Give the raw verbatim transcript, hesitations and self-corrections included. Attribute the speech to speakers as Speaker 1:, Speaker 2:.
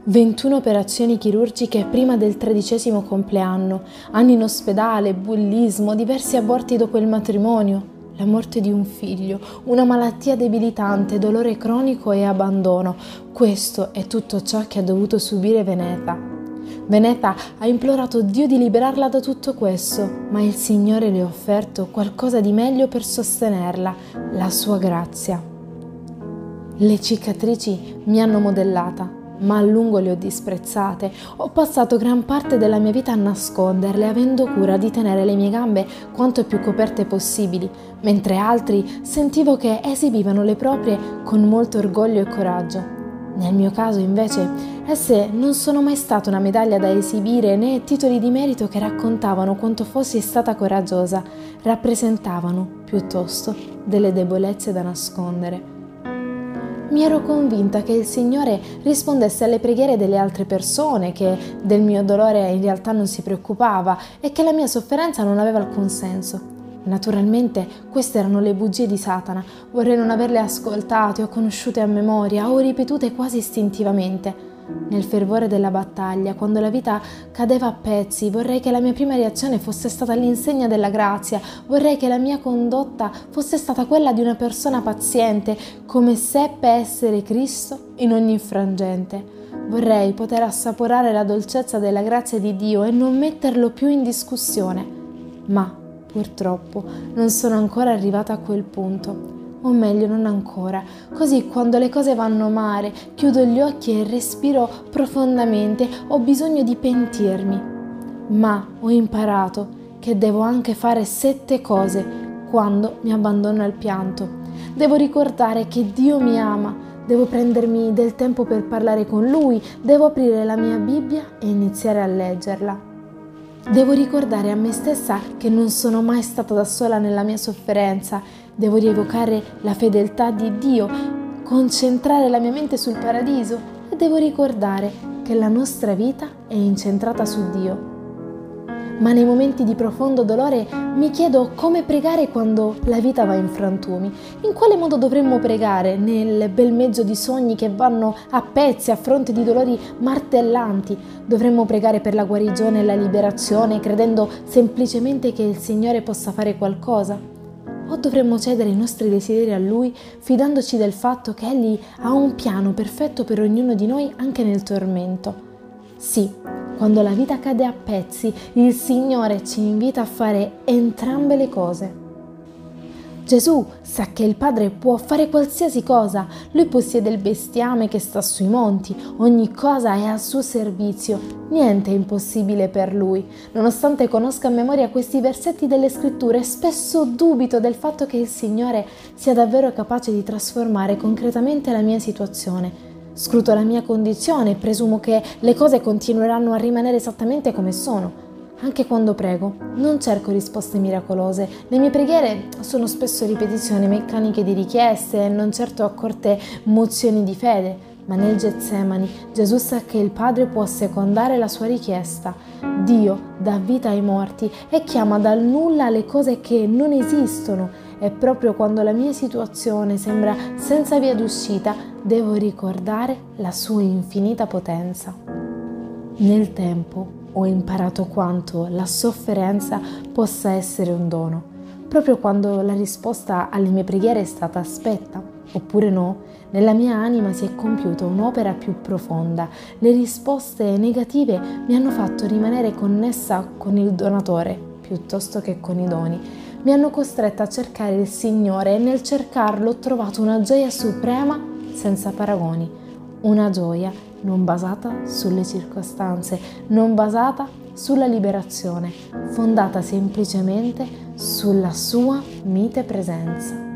Speaker 1: ventuno operazioni chirurgiche prima del tredicesimo compleanno, anni in ospedale, bullismo, diversi aborti dopo il matrimonio, la morte di un figlio, una malattia debilitante, dolore cronico e abbandono. Questo è tutto ciò che ha dovuto subire Veneta. Veneta ha implorato Dio di liberarla da tutto questo, ma il Signore le ha offerto qualcosa di meglio per sostenerla, la sua grazia. Le cicatrici mi hanno modellata, ma a lungo le ho disprezzate. Ho passato gran parte della mia vita a nasconderle, avendo cura di tenere le mie gambe quanto più coperte possibili, mentre altri sentivo che esibivano le proprie con molto orgoglio e coraggio. Nel mio caso, invece, esse non sono mai state una medaglia da esibire né titoli di merito che raccontavano quanto fossi stata coraggiosa, rappresentavano, piuttosto, delle debolezze da nascondere. Mi ero convinta che il Signore rispondesse alle preghiere delle altre persone, che del mio dolore in realtà non si preoccupava e che la mia sofferenza non aveva alcun senso. Naturalmente queste erano le bugie di Satana, vorrei non averle ascoltate o conosciute a memoria o ripetute quasi istintivamente. Nel fervore della battaglia, quando la vita cadeva a pezzi, vorrei che la mia prima reazione fosse stata all'insegna della grazia, vorrei che la mia condotta fosse stata quella di una persona paziente, come seppe essere Cristo in ogni frangente. Vorrei poter assaporare la dolcezza della grazia di Dio e non metterlo più in discussione. Ma, purtroppo, non sono ancora arrivata a quel punto. O meglio, non ancora. Così, quando le cose vanno male, chiudo gli occhi e respiro profondamente, ho bisogno di pentirmi. Ma ho imparato che devo anche fare sette cose quando mi abbandono al pianto. Devo ricordare che Dio mi ama, devo prendermi del tempo per parlare con Lui, devo aprire la mia Bibbia e iniziare a leggerla. Devo ricordare a me stessa che non sono mai stata da sola nella mia sofferenza. Devo rievocare la fedeltà di Dio, concentrare la mia mente sul paradiso e devo ricordare che la nostra vita è incentrata su Dio. Ma nei momenti di profondo dolore mi chiedo come pregare quando la vita va in frantumi. In quale modo dovremmo pregare nel bel mezzo di sogni che vanno a pezzi a fronte di dolori martellanti? Dovremmo pregare per la guarigione e la liberazione, credendo semplicemente che il Signore possa fare qualcosa? O dovremmo cedere i nostri desideri a Lui, fidandoci del fatto che Egli ha un piano perfetto per ognuno di noi anche nel tormento? Sì, quando la vita cade a pezzi, il Signore ci invita a fare entrambe le cose. Gesù sa che il Padre può fare qualsiasi cosa, Lui possiede il bestiame che sta sui monti, ogni cosa è al suo servizio, niente è impossibile per Lui. Nonostante conosca a memoria questi versetti delle Scritture, spesso dubito del fatto che il Signore sia davvero capace di trasformare concretamente la mia situazione. Scruto la mia condizione e presumo che le cose continueranno a rimanere esattamente come sono. Anche quando prego, non cerco risposte miracolose. Le mie preghiere sono spesso ripetizioni meccaniche di richieste e non certo accorte mozioni di fede. Ma nel Getsemani Gesù sa che il Padre può assecondare la sua richiesta. Dio dà vita ai morti e chiama dal nulla le cose che non esistono. E proprio quando la mia situazione sembra senza via d'uscita, devo ricordare la sua infinita potenza. Nel tempo ho imparato quanto la sofferenza possa essere un dono. Proprio quando la risposta alle mie preghiere è stata aspetta, oppure no, nella mia anima si è compiuta un'opera più profonda. Le risposte negative mi hanno fatto rimanere connessa con il donatore piuttosto che con i doni. Mi hanno costretta a cercare il Signore e nel cercarlo ho trovato una gioia suprema senza paragoni. Una gioia non basata sulle circostanze, non basata sulla liberazione, fondata semplicemente sulla sua mite presenza.